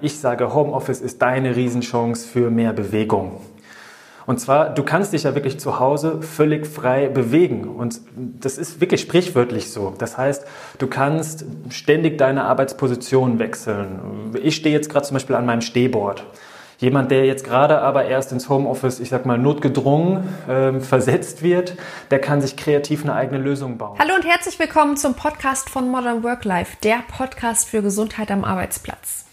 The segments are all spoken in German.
ich sage, Homeoffice ist deine Riesenchance für mehr Bewegung. Und zwar, du kannst dich ja wirklich zu Hause völlig frei bewegen. Und das ist wirklich sprichwörtlich so. Das heißt, du kannst ständig deine Arbeitsposition wechseln. Ich stehe jetzt gerade zum Beispiel an meinem Stehboard. Jemand, der jetzt gerade aber erst ins Homeoffice, ich sag mal notgedrungen, versetzt wird, der kann sich kreativ eine eigene Lösung bauen. Hallo und herzlich willkommen zum Podcast von Modern Work Life, der Podcast für Gesundheit am Arbeitsplatz.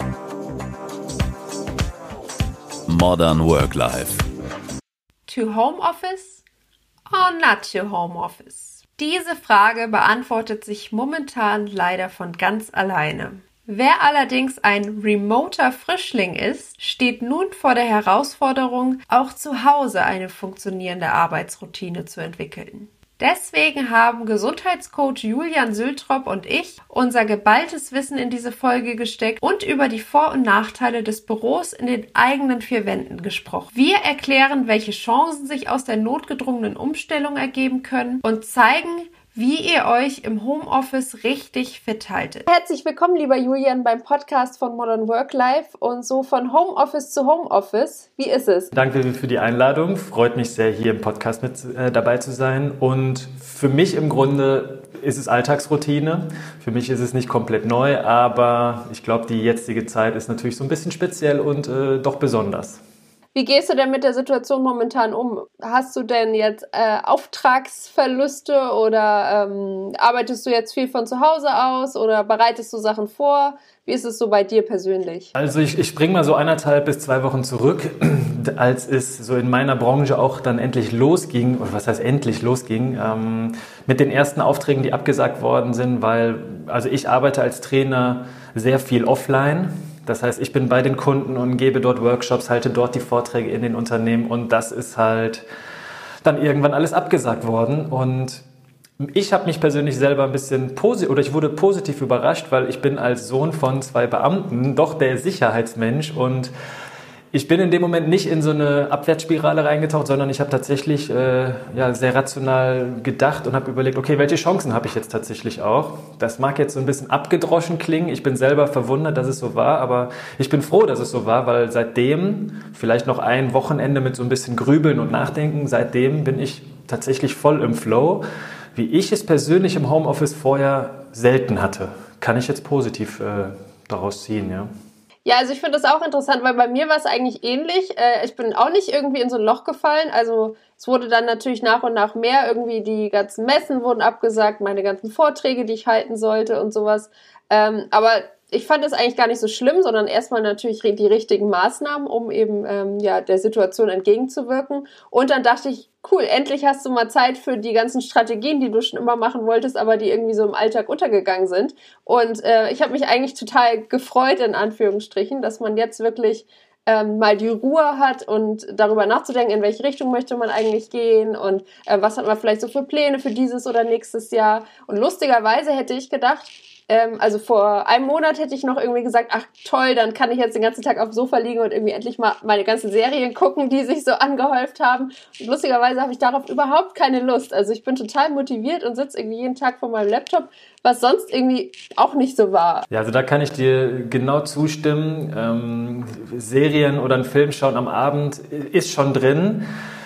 Modern Work Life. To home office or not to home office? Diese Frage beantwortet sich momentan leider von ganz alleine. Wer allerdings ein remoter Frischling ist, steht nun vor der Herausforderung, auch zu Hause eine funktionierende Arbeitsroutine zu entwickeln. Deswegen haben Gesundheitscoach Julian Sültrop und ich unser geballtes Wissen in diese Folge gesteckt und über die Vor- und Nachteile des Büros in den eigenen vier Wänden gesprochen. Wir erklären, welche Chancen sich aus der notgedrungenen Umstellung ergeben können und zeigen, wie ihr euch im Homeoffice richtig fit haltet. Herzlich willkommen, lieber Julian, beim Podcast von Modern Work Life und so von Homeoffice zu Homeoffice. Wie ist es? Danke für die Einladung. Freut mich sehr, hier im Podcast mit dabei zu sein. Und für mich im Grunde ist es Alltagsroutine. Für mich ist es nicht komplett neu, aber ich glaube, die jetzige Zeit ist natürlich so ein bisschen speziell und doch besonders. Wie gehst du denn mit der Situation momentan um? Hast du denn jetzt Auftragsverluste oder arbeitest du jetzt viel von zu Hause aus oder bereitest du Sachen vor? Wie ist es so bei dir persönlich? Also ich springe mal so 1,5 bis 2 Wochen zurück, als es so in meiner Branche auch dann endlich losging, oder was heißt endlich losging, mit den ersten Aufträgen, die abgesagt worden sind, weil also ich arbeite als Trainer sehr viel offline. Das heißt, ich bin bei den Kunden und gebe dort Workshops, halte dort die Vorträge in den Unternehmen und das ist halt dann irgendwann alles abgesagt worden und ich habe mich persönlich selber ein bisschen ich wurde positiv überrascht, weil ich bin als Sohn von 2 Beamten doch der Sicherheitsmensch und ich bin in dem Moment nicht in so eine Abwärtsspirale reingetaucht, sondern ich habe tatsächlich sehr rational gedacht und habe überlegt, okay, welche Chancen habe ich jetzt tatsächlich auch? Das mag jetzt so ein bisschen abgedroschen klingen. Ich bin selber verwundert, dass es so war, aber ich bin froh, dass es so war, weil seitdem, vielleicht noch ein Wochenende mit so ein bisschen Grübeln und Nachdenken, seitdem bin ich tatsächlich voll im Flow, wie ich es persönlich im Homeoffice vorher selten hatte. Kann ich jetzt positiv daraus ziehen, ja. Ja, also ich finde das auch interessant, weil bei mir war es eigentlich ähnlich. Ich bin auch nicht irgendwie in so ein Loch gefallen. Also es wurde dann natürlich nach und nach mehr. Irgendwie die ganzen Messen wurden abgesagt, meine ganzen Vorträge, die ich halten sollte und sowas. Aber ich fand es eigentlich gar nicht so schlimm, sondern erstmal natürlich die richtigen Maßnahmen, um eben der Situation entgegenzuwirken. Und dann dachte ich, cool, endlich hast du mal Zeit für die ganzen Strategien, die du schon immer machen wolltest, aber die irgendwie so im Alltag untergegangen sind. Und ich habe mich eigentlich total gefreut, in Anführungsstrichen, dass man jetzt wirklich mal die Ruhe hat und darüber nachzudenken, in welche Richtung möchte man eigentlich gehen und was hat man vielleicht so für Pläne für dieses oder nächstes Jahr. Und lustigerweise hätte ich gedacht, also vor einem Monat hätte ich noch irgendwie gesagt, ach toll, dann kann ich jetzt den ganzen Tag auf dem Sofa liegen und irgendwie endlich mal meine ganzen Serien gucken, die sich so angehäuft haben. Und lustigerweise habe ich darauf überhaupt keine Lust. Also ich bin total motiviert und sitze irgendwie jeden Tag vor meinem Laptop, was sonst irgendwie auch nicht so war. Ja, also da kann ich dir genau zustimmen. Serien oder einen Film schauen am Abend ist schon drin.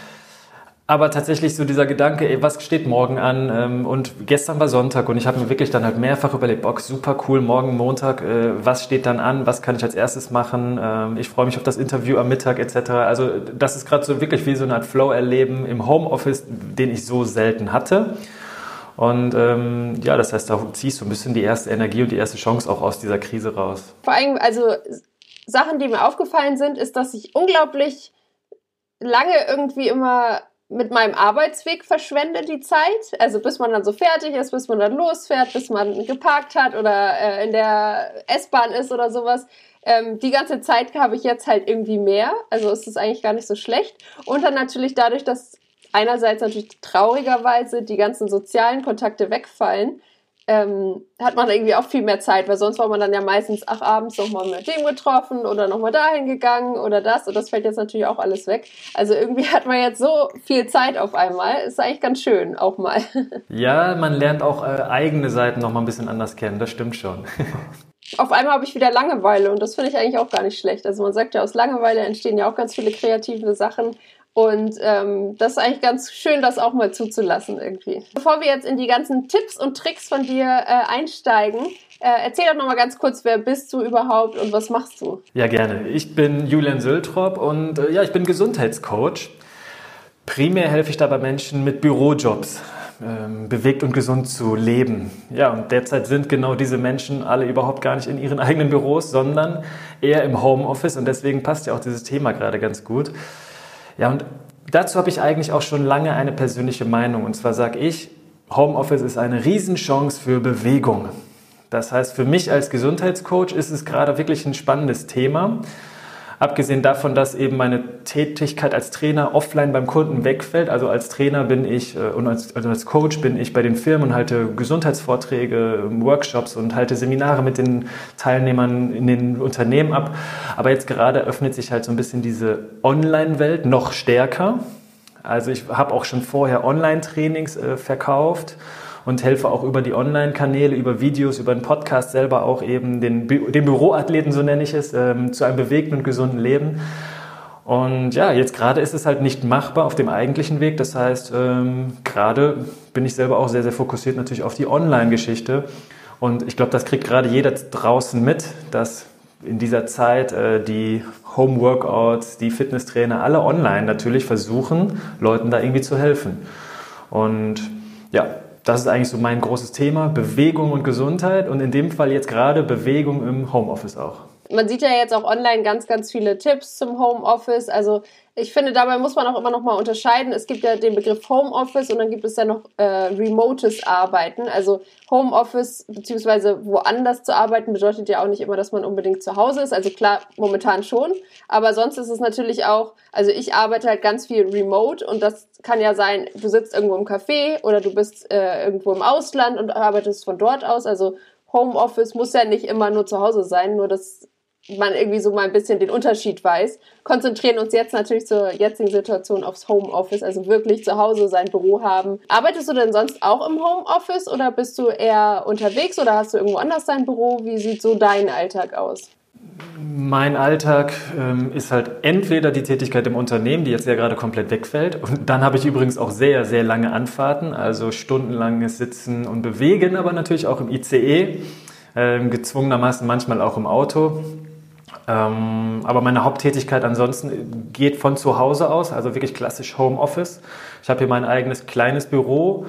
Aber tatsächlich so dieser Gedanke, was steht morgen an? Und gestern war Sonntag und ich habe mir wirklich dann halt mehrfach überlegt, super cool, morgen Montag, was steht dann an? Was kann ich als erstes machen? Ich freue mich auf das Interview am Mittag etc. Also das ist gerade so wirklich wie so eine Art Flow-Erleben im Homeoffice, den ich so selten hatte. Und das heißt, da ziehst du ein bisschen die erste Energie und die erste Chance auch aus dieser Krise raus. Vor allem, also Sachen, die mir aufgefallen sind, ist, dass ich unglaublich lange irgendwie immer mit meinem Arbeitsweg verschwende die Zeit, also bis man dann so fertig ist, bis man dann losfährt, bis man geparkt hat oder in der S-Bahn ist oder sowas. Die ganze Zeit habe ich jetzt halt irgendwie mehr, also ist es eigentlich gar nicht so schlecht. Und dann natürlich dadurch, dass einerseits natürlich traurigerweise die ganzen sozialen Kontakte wegfallen, hat man irgendwie auch viel mehr Zeit, weil sonst war man dann ja meistens abends nochmal mit dem getroffen oder nochmal dahin gegangen oder das und das fällt jetzt natürlich auch alles weg. Also irgendwie hat man jetzt so viel Zeit auf einmal, ist eigentlich ganz schön auch mal. Ja, man lernt auch eigene Seiten nochmal ein bisschen anders kennen, das stimmt schon. auf einmal habe ich wieder Langeweile und das finde ich eigentlich auch gar nicht schlecht. Also man sagt ja, aus Langeweile entstehen ja auch ganz viele kreative Sachen und das ist eigentlich ganz schön, das auch mal zuzulassen irgendwie. Bevor wir jetzt in die ganzen Tipps und Tricks von dir einsteigen, erzähl doch nochmal ganz kurz, wer bist du überhaupt und was machst du? Ja, gerne. Ich bin Julian Söltrop und ich bin Gesundheitscoach. Primär helfe ich dabei Menschen mit Bürojobs, bewegt und gesund zu leben. Ja, und derzeit sind genau diese Menschen alle überhaupt gar nicht in ihren eigenen Büros, sondern eher im Homeoffice und deswegen passt ja auch dieses Thema gerade ganz gut. Ja, und dazu habe ich eigentlich auch schon lange eine persönliche Meinung und zwar sage ich, Homeoffice ist eine Riesenchance für Bewegung. Das heißt, für mich als Gesundheitscoach ist es gerade wirklich ein spannendes Thema. Abgesehen davon, dass eben meine Tätigkeit als Trainer offline beim Kunden wegfällt. Also als Trainer bin ich und als Coach bin ich bei den Firmen und halte Gesundheitsvorträge, Workshops und halte Seminare mit den Teilnehmern in den Unternehmen ab. Aber jetzt gerade öffnet sich halt so ein bisschen diese Online-Welt noch stärker. Also ich habe auch schon vorher Online-Trainings verkauft und helfe auch über die Online-Kanäle, über Videos, über den Podcast selber auch eben den Büroathleten, so nenne ich es, zu einem bewegten und gesunden Leben. Und ja, jetzt gerade ist es halt nicht machbar auf dem eigentlichen Weg. Das heißt, gerade bin ich selber auch sehr, sehr fokussiert natürlich auf die Online-Geschichte. Und ich glaube, das kriegt gerade jeder draußen mit, dass in dieser Zeit die Home-Workouts, die Fitnesstrainer, alle online natürlich versuchen, Leuten da irgendwie zu helfen. Und ja, das ist eigentlich so mein großes Thema, Bewegung und Gesundheit und in dem Fall jetzt gerade Bewegung im Homeoffice auch. Man sieht ja jetzt auch online ganz, ganz viele Tipps zum Homeoffice. Also ich finde, dabei muss man auch immer noch mal unterscheiden. Es gibt ja den Begriff Homeoffice und dann gibt es ja noch remotes Arbeiten. Also Homeoffice beziehungsweise woanders zu arbeiten bedeutet ja auch nicht immer, dass man unbedingt zu Hause ist. Also klar, momentan schon. Aber sonst ist es natürlich auch, also ich arbeite halt ganz viel remote und das kann ja sein, du sitzt irgendwo im Café oder du bist irgendwo im Ausland und arbeitest von dort aus. Also Homeoffice muss ja nicht immer nur zu Hause sein, nur dass man irgendwie so mal ein bisschen den Unterschied weiß. Konzentrieren uns jetzt natürlich zur jetzigen Situation aufs Homeoffice, also wirklich zu Hause sein Büro haben. Arbeitest du denn sonst auch im Homeoffice oder bist du eher unterwegs oder hast du irgendwo anders dein Büro? Wie sieht so dein Alltag aus? Mein Alltag ist halt entweder die Tätigkeit im Unternehmen, die jetzt ja gerade komplett wegfällt. Und dann habe ich übrigens auch sehr, sehr lange Anfahrten, also stundenlanges Sitzen und Bewegen, aber natürlich auch im ICE, gezwungenermaßen manchmal auch im Auto. Aber meine Haupttätigkeit ansonsten geht von zu Hause aus, also wirklich klassisch Homeoffice. Ich habe hier mein eigenes kleines Büro.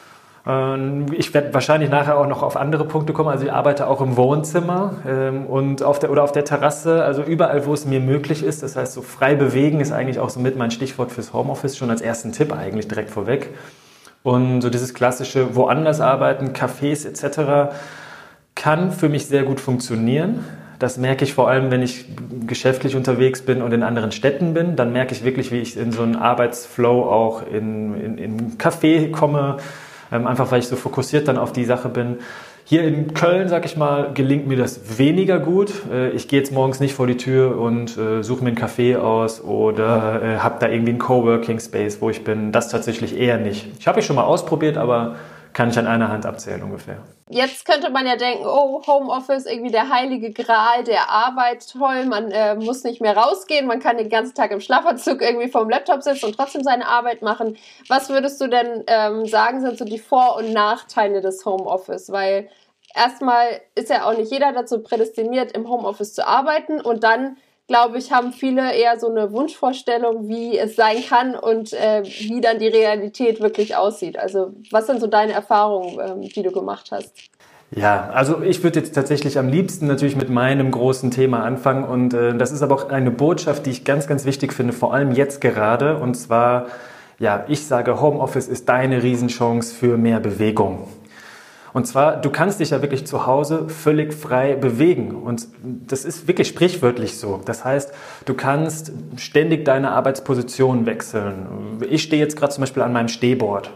Ich werde wahrscheinlich nachher auch noch auf andere Punkte kommen. Also ich arbeite auch im Wohnzimmer und auf der Terrasse, also überall, wo es mir möglich ist. Das heißt, so frei bewegen ist eigentlich auch so mit mein Stichwort fürs Homeoffice, schon als ersten Tipp eigentlich direkt vorweg. Und so dieses klassische woanders arbeiten, Cafés etc. kann für mich sehr gut funktionieren. Das merke ich vor allem, wenn ich geschäftlich unterwegs bin und in anderen Städten bin. Dann merke ich wirklich, wie ich in so einen Arbeitsflow auch in Café komme. Einfach weil ich so fokussiert dann auf die Sache bin. Hier in Köln, sag ich mal, gelingt mir das weniger gut. Ich gehe jetzt morgens nicht vor die Tür und suche mir einen Café aus oder habe da irgendwie einen Coworking Space, wo ich bin. Das tatsächlich eher nicht. Ich habe es schon mal ausprobiert, aber kann ich an einer Hand abzählen ungefähr. Jetzt könnte man ja denken, oh, Homeoffice, irgendwie der heilige Gral der Arbeit, toll, man muss nicht mehr rausgehen, man kann den ganzen Tag im Schlafanzug irgendwie vorm Laptop sitzen und trotzdem seine Arbeit machen. Was würdest du denn sagen, sind so die Vor- und Nachteile des Homeoffice? Weil erstmal ist ja auch nicht jeder dazu prädestiniert, im Homeoffice zu arbeiten und dann glaube ich, haben viele eher so eine Wunschvorstellung, wie es sein kann und wie dann die Realität wirklich aussieht. Also was sind so deine Erfahrungen, die du gemacht hast? Ja, also ich würde jetzt tatsächlich am liebsten natürlich mit meinem großen Thema anfangen und das ist aber auch eine Botschaft, die ich ganz, ganz wichtig finde, vor allem jetzt gerade und zwar, ja, ich sage, Homeoffice ist deine Riesenchance für mehr Bewegung. Und zwar, du kannst dich ja wirklich zu Hause völlig frei bewegen und das ist wirklich sprichwörtlich so. Das heißt, du kannst ständig deine Arbeitsposition wechseln. Ich stehe jetzt gerade zum Beispiel an meinem Stehboard.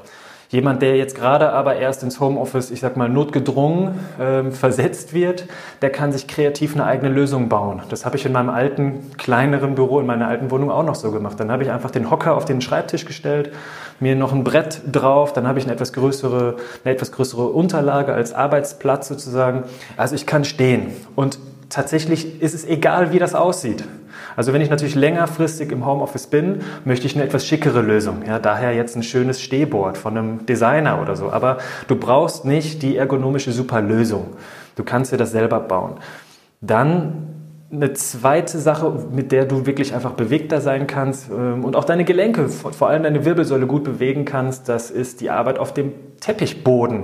Jemand, der jetzt gerade aber erst ins Homeoffice, ich sag mal notgedrungen versetzt wird, der kann sich kreativ eine eigene Lösung bauen. Das habe ich in meinem alten, kleineren Büro, in meiner alten Wohnung auch noch so gemacht. Dann habe ich einfach den Hocker auf den Schreibtisch gestellt, mir noch ein Brett drauf, dann habe ich eine etwas größere Unterlage als Arbeitsplatz sozusagen. Also ich kann stehen und tatsächlich ist es egal, wie das aussieht. Also wenn ich natürlich längerfristig im Homeoffice bin, möchte ich eine etwas schickere Lösung. Ja, daher jetzt ein schönes Stehboard von einem Designer oder so. Aber du brauchst nicht die ergonomische Superlösung. Du kannst dir das selber bauen. Dann eine zweite Sache, mit der du wirklich einfach bewegter sein kannst und auch deine Gelenke, vor allem deine Wirbelsäule gut bewegen kannst, das ist die Arbeit auf dem Teppichboden.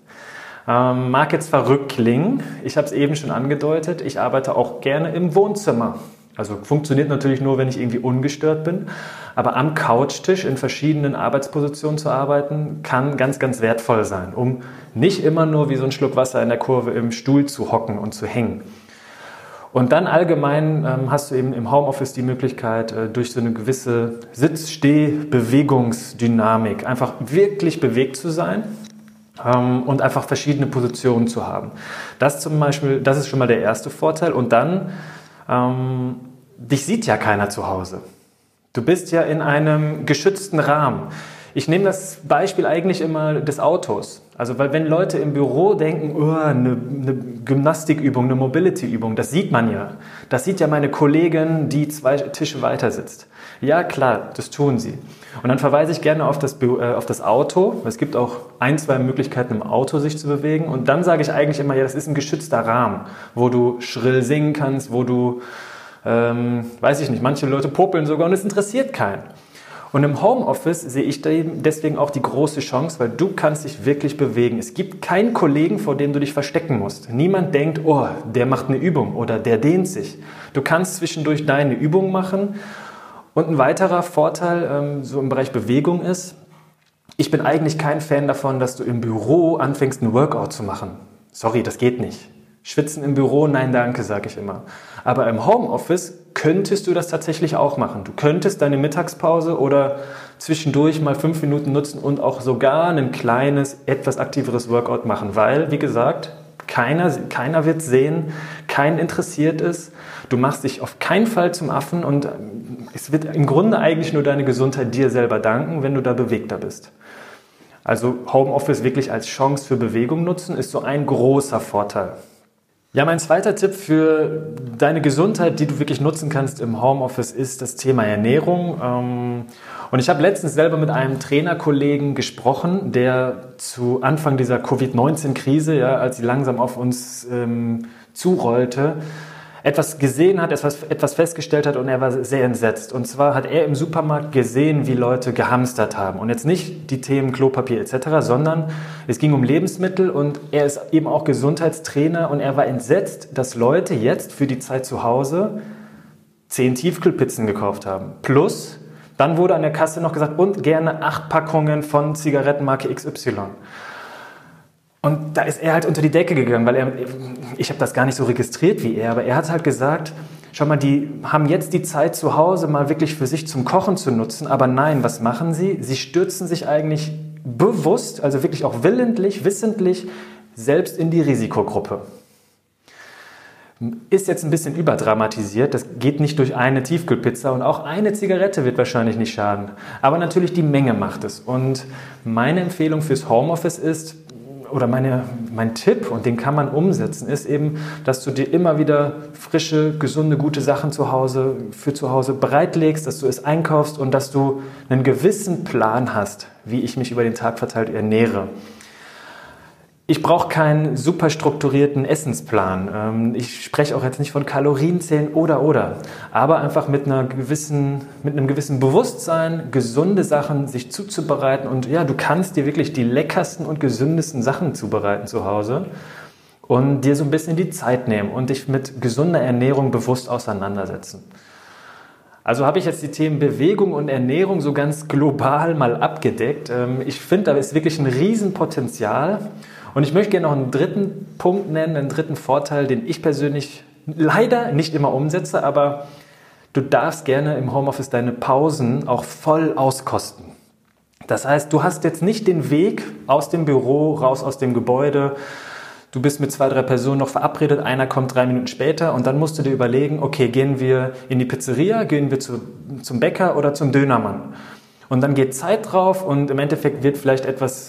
Mag jetzt verrückt klingen, ich habe es eben schon angedeutet, ich arbeite auch gerne im Wohnzimmer. Also funktioniert natürlich nur, wenn ich irgendwie ungestört bin, aber am Couchtisch in verschiedenen Arbeitspositionen zu arbeiten, kann ganz, ganz wertvoll sein, um nicht immer nur wie so ein Schluck Wasser in der Kurve im Stuhl zu hocken und zu hängen. Und dann allgemein hast du eben im Homeoffice die Möglichkeit, durch so eine gewisse Sitz-Steh-Bewegungsdynamik einfach wirklich bewegt zu sein. Und einfach verschiedene Positionen zu haben. Das ist schon mal der erste Vorteil. Und dann, dich sieht ja keiner zu Hause. Du bist ja in einem geschützten Rahmen. Ich nehme das Beispiel eigentlich immer des Autos. Also, weil wenn Leute im Büro denken, oh, eine Gymnastikübung, eine Mobility-Übung, das sieht man ja. Das sieht ja meine Kollegin, die 2 Tische weiter sitzt. Ja, klar, das tun sie. Und dann verweise ich gerne auf das Auto. Es gibt auch 1, 2 Möglichkeiten, im Auto sich zu bewegen. Und dann sage ich eigentlich immer, ja, das ist ein geschützter Rahmen, wo du schrill singen kannst, wo du, weiß ich nicht, manche Leute popeln sogar und es interessiert keinen. Und im Homeoffice sehe ich deswegen auch die große Chance, weil du kannst dich wirklich bewegen. Es gibt keinen Kollegen, vor dem du dich verstecken musst. Niemand denkt, oh, der macht eine Übung oder der dehnt sich. Du kannst zwischendurch deine Übung machen. Und ein weiterer Vorteil so im Bereich Bewegung ist, ich bin eigentlich kein Fan davon, dass du im Büro anfängst, einen Workout zu machen. Sorry, das geht nicht. Schwitzen im Büro, nein danke, sage ich immer. Aber im Homeoffice könntest du das tatsächlich auch machen. Du könntest deine Mittagspause oder zwischendurch mal 5 Minuten nutzen und auch sogar ein kleines, etwas aktiveres Workout machen, weil, wie gesagt, keiner wird sehen, keinen interessiert es. Du machst dich auf keinen Fall zum Affen und es wird im Grunde eigentlich nur deine Gesundheit dir selber danken, wenn du da bewegter bist. Also Homeoffice wirklich als Chance für Bewegung nutzen, ist so ein großer Vorteil. Ja, mein zweiter Tipp für deine Gesundheit, die du wirklich nutzen kannst im Homeoffice, ist das Thema Ernährung. Und ich habe letztens selber mit einem Trainerkollegen gesprochen, der zu Anfang dieser Covid-19-Krise, ja, als sie langsam auf uns zurollte, etwas gesehen hat, etwas festgestellt hat und er war sehr entsetzt. Und zwar hat er im Supermarkt gesehen, wie Leute gehamstert haben. Und jetzt nicht die Themen Klopapier etc., sondern es ging um Lebensmittel und er ist eben auch Gesundheitstrainer und er war entsetzt, dass Leute jetzt für die Zeit zu Hause 10 Tiefkühlpizzen gekauft haben. Plus, dann wurde an der Kasse noch gesagt, und gerne 8 Packungen von Zigarettenmarke XY. Und da ist er halt unter die Decke gegangen, weil ich habe das gar nicht so registriert wie er, aber er hat halt gesagt, schau mal, die haben jetzt die Zeit zu Hause mal wirklich für sich zum Kochen zu nutzen, aber nein, was machen sie? Sie stürzen sich eigentlich bewusst, also wirklich auch willentlich, wissentlich, selbst in die Risikogruppe. Ist jetzt ein bisschen überdramatisiert, das geht nicht durch eine Tiefkühlpizza und auch eine Zigarette wird wahrscheinlich nicht schaden. Aber natürlich die Menge macht es. Und meine Empfehlung fürs Homeoffice ist, oder mein Tipp, und den kann man umsetzen, ist eben, dass du dir immer wieder frische, gesunde, gute Sachen für zu Hause bereitlegst, dass du es einkaufst und dass du einen gewissen Plan hast, wie ich mich über den Tag verteilt ernähre. Ich brauche keinen super strukturierten Essensplan. Ich spreche auch jetzt nicht von Kalorienzählen oder. Aber einfach mit einem gewissen Bewusstsein, gesunde Sachen sich zuzubereiten. Und ja, du kannst dir wirklich die leckersten und gesündesten Sachen zubereiten zu Hause und dir so ein bisschen die Zeit nehmen und dich mit gesunder Ernährung bewusst auseinandersetzen. Also habe ich jetzt die Themen Bewegung und Ernährung so ganz global mal abgedeckt. Ich finde, da ist wirklich ein Riesenpotenzial. Und ich möchte gerne noch einen dritten Punkt nennen, einen dritten Vorteil, den ich persönlich leider nicht immer umsetze, aber du darfst gerne im Homeoffice deine Pausen auch voll auskosten. Das heißt, du hast jetzt nicht den Weg aus dem Büro, raus aus dem Gebäude. Du bist mit 2, 3 Personen noch verabredet, einer kommt 3 Minuten später und dann musst du dir überlegen, okay, gehen wir in die Pizzeria, gehen wir zum Bäcker oder zum Dönermann? Und dann geht Zeit drauf und im Endeffekt wird vielleicht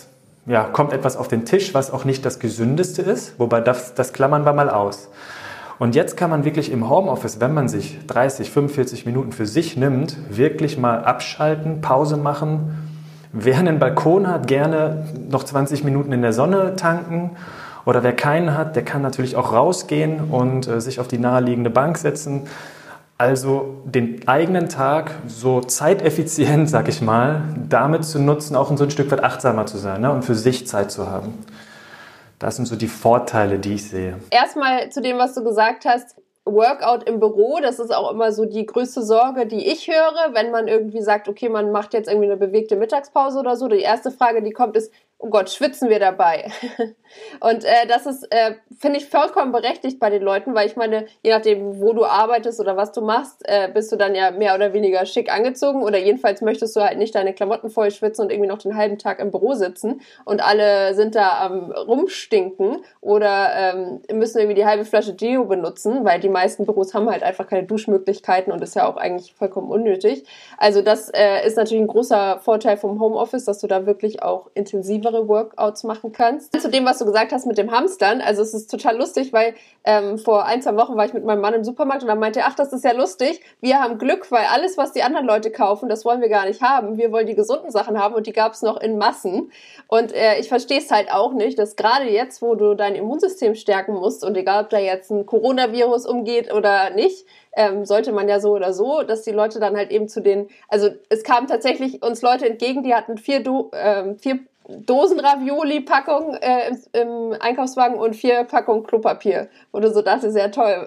kommt etwas auf den Tisch, was auch nicht das Gesündeste ist, wobei das klammern wir mal aus. Und jetzt kann man wirklich im Homeoffice, wenn man sich 30, 45 Minuten für sich nimmt, wirklich mal abschalten, Pause machen. Wer einen Balkon hat, gerne noch 20 Minuten in der Sonne tanken. Oder wer keinen hat, der kann natürlich auch rausgehen und sich auf die naheliegende Bank setzen. Also den eigenen Tag so zeiteffizient, sag ich mal, damit zu nutzen, auch so ein Stück weit achtsamer zu sein, ne? Und für sich Zeit zu haben. Das sind so die Vorteile, die ich sehe. Erstmal zu dem, was du gesagt hast. Workout im Büro, das ist auch immer so die größte Sorge, die ich höre, wenn man irgendwie sagt, okay, man macht jetzt irgendwie eine bewegte Mittagspause oder so. Die erste Frage, die kommt, ist, oh Gott, schwitzen wir dabei? Und das ist, finde ich, vollkommen berechtigt bei den Leuten, weil ich meine, je nachdem, wo du arbeitest oder was du machst, bist du dann ja mehr oder weniger schick angezogen oder jedenfalls möchtest du halt nicht deine Klamotten voll schwitzen und irgendwie noch den halben Tag im Büro sitzen und alle sind da am Rumstinken oder müssen irgendwie die halbe Flasche Deo benutzen, weil die meisten Büros haben halt einfach keine Duschmöglichkeiten und ist ja auch eigentlich vollkommen unnötig. Also das ist natürlich ein großer Vorteil vom Homeoffice, dass du da wirklich auch intensivere Workouts machen kannst. Zu dem, was du gesagt hast mit dem Hamstern, also es ist total lustig, weil vor 1, 2 Wochen war ich mit meinem Mann im Supermarkt und dann meinte er, ach, das ist ja lustig, wir haben Glück, weil alles, was die anderen Leute kaufen, das wollen wir gar nicht haben. Wir wollen die gesunden Sachen haben und die gab es noch in Massen. Und ich verstehe es halt auch nicht, dass gerade jetzt, wo du dein Immunsystem stärken musst und egal, ob da jetzt ein Coronavirus umgeht oder nicht, sollte man ja so oder so, dass die Leute dann halt eben also es kamen tatsächlich uns Leute entgegen, die hatten 4 Dosen Ravioli-Packung im Einkaufswagen und 4 Packungen Klopapier. Wo du so dachtest, ja toll,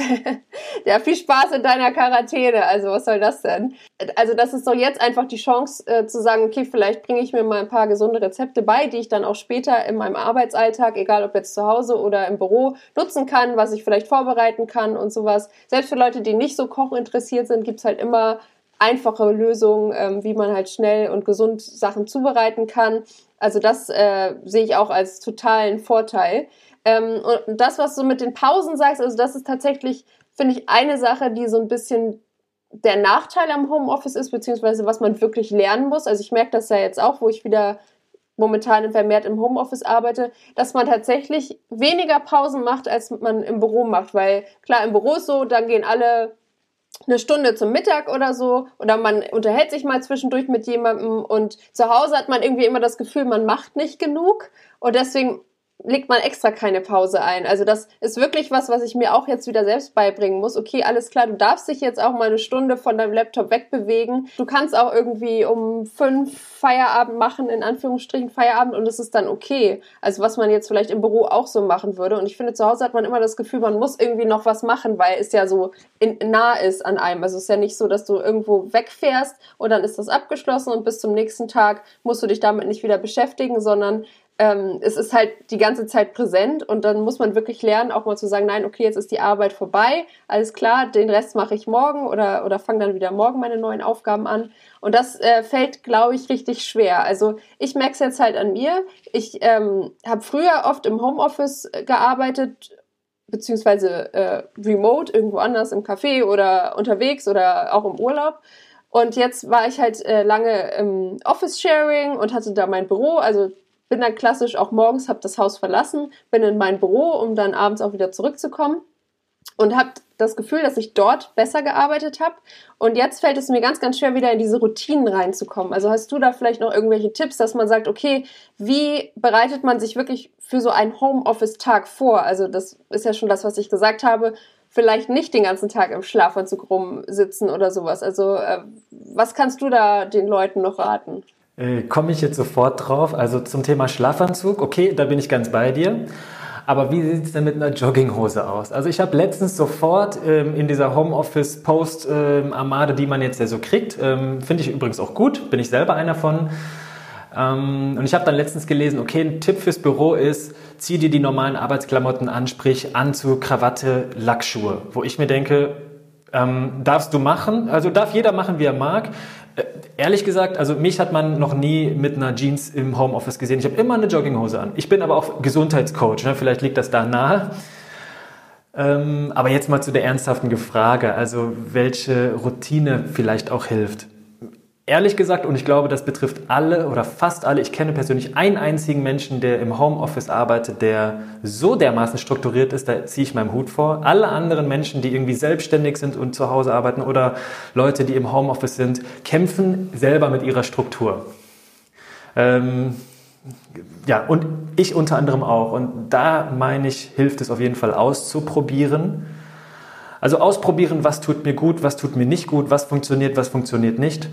ja, viel Spaß in deiner Quarantäne, also was soll das denn? Also das ist doch jetzt einfach die Chance zu sagen, okay, vielleicht bringe ich mir mal ein paar gesunde Rezepte bei, die ich dann auch später in meinem Arbeitsalltag, egal ob jetzt zu Hause oder im Büro, nutzen kann, was ich vielleicht vorbereiten kann und sowas. Selbst für Leute, die nicht so kochinteressiert sind, gibt's halt immer einfache Lösungen, wie man halt schnell und gesund Sachen zubereiten kann. Also das sehe ich auch als totalen Vorteil. Und das, was du mit den Pausen sagst, also das ist tatsächlich, finde ich, eine Sache, die so ein bisschen der Nachteil am Homeoffice ist, beziehungsweise was man wirklich lernen muss. Also ich merke das ja jetzt auch, wo ich wieder momentan vermehrt im Homeoffice arbeite, dass man tatsächlich weniger Pausen macht, als man im Büro macht. Weil klar, im Büro ist so, dann gehen alle 1 Stunde zum Mittag oder so oder man unterhält sich mal zwischendurch mit jemandem und zu Hause hat man irgendwie immer das Gefühl, man macht nicht genug und deswegen legt man extra keine Pause ein. Also das ist wirklich was ich mir auch jetzt wieder selbst beibringen muss. Okay, alles klar, du darfst dich jetzt auch mal 1 Stunde von deinem Laptop wegbewegen. Du kannst auch irgendwie um 5 Feierabend machen, in Anführungsstrichen Feierabend und es ist dann okay. Also was man jetzt vielleicht im Büro auch so machen würde. Und ich finde, zu Hause hat man immer das Gefühl, man muss irgendwie noch was machen, weil es ja so nah ist an einem. Also es ist ja nicht so, dass du irgendwo wegfährst und dann ist das abgeschlossen und bis zum nächsten Tag musst du dich damit nicht wieder beschäftigen, sondern es ist halt die ganze Zeit präsent und dann muss man wirklich lernen, auch mal zu sagen, nein, okay, jetzt ist die Arbeit vorbei, alles klar, den Rest mache ich morgen oder fange dann wieder morgen meine neuen Aufgaben an. Und das fällt, glaube ich, richtig schwer. Also ich merke es jetzt halt an mir. Ich habe früher oft im Homeoffice gearbeitet, beziehungsweise remote, irgendwo anders im Café oder unterwegs oder auch im Urlaub. Und jetzt war ich halt lange im Office-Sharing und hatte da mein Büro, also bin dann klassisch auch morgens, habe das Haus verlassen, bin in mein Büro, um dann abends auch wieder zurückzukommen und habe das Gefühl, dass ich dort besser gearbeitet habe. Und jetzt fällt es mir ganz, ganz schwer, wieder in diese Routinen reinzukommen. Also hast du da vielleicht noch irgendwelche Tipps, dass man sagt, okay, wie bereitet man sich wirklich für so einen Homeoffice-Tag vor? Also das ist ja schon das, was ich gesagt habe, vielleicht nicht den ganzen Tag im Schlafanzug rumsitzen oder sowas. Also was kannst du da den Leuten noch raten? Komme ich jetzt sofort drauf. Also zum Thema Schlafanzug, okay, da bin ich ganz bei dir. Aber wie sieht es denn mit einer Jogginghose aus? Also ich habe letztens sofort in dieser Homeoffice-Post-Armade, die man jetzt ja so kriegt, finde ich übrigens auch gut, bin ich selber einer von. Und ich habe dann letztens gelesen, okay, ein Tipp fürs Büro ist, zieh dir die normalen Arbeitsklamotten an, sprich Anzug, Krawatte, Lackschuhe. Wo ich mir denke, darfst du machen, also darf jeder machen, wie er mag. Ehrlich gesagt, also mich hat man noch nie mit einer Jeans im Homeoffice gesehen. Ich habe immer eine Jogginghose an. Ich bin aber auch Gesundheitscoach, ne? Vielleicht liegt das da nahe. Aber jetzt mal zu der ernsthaften Frage, also welche Routine vielleicht auch hilft. Ehrlich gesagt, und ich glaube, das betrifft alle oder fast alle, ich kenne persönlich einen einzigen Menschen, der im Homeoffice arbeitet, der so dermaßen strukturiert ist, da ziehe ich meinen Hut vor. Alle anderen Menschen, die irgendwie selbstständig sind und zu Hause arbeiten oder Leute, die im Homeoffice sind, kämpfen selber mit ihrer Struktur. Ja, und ich unter anderem auch. Und da meine ich, hilft es auf jeden Fall auszuprobieren. Also ausprobieren, was tut mir gut, was tut mir nicht gut, was funktioniert nicht.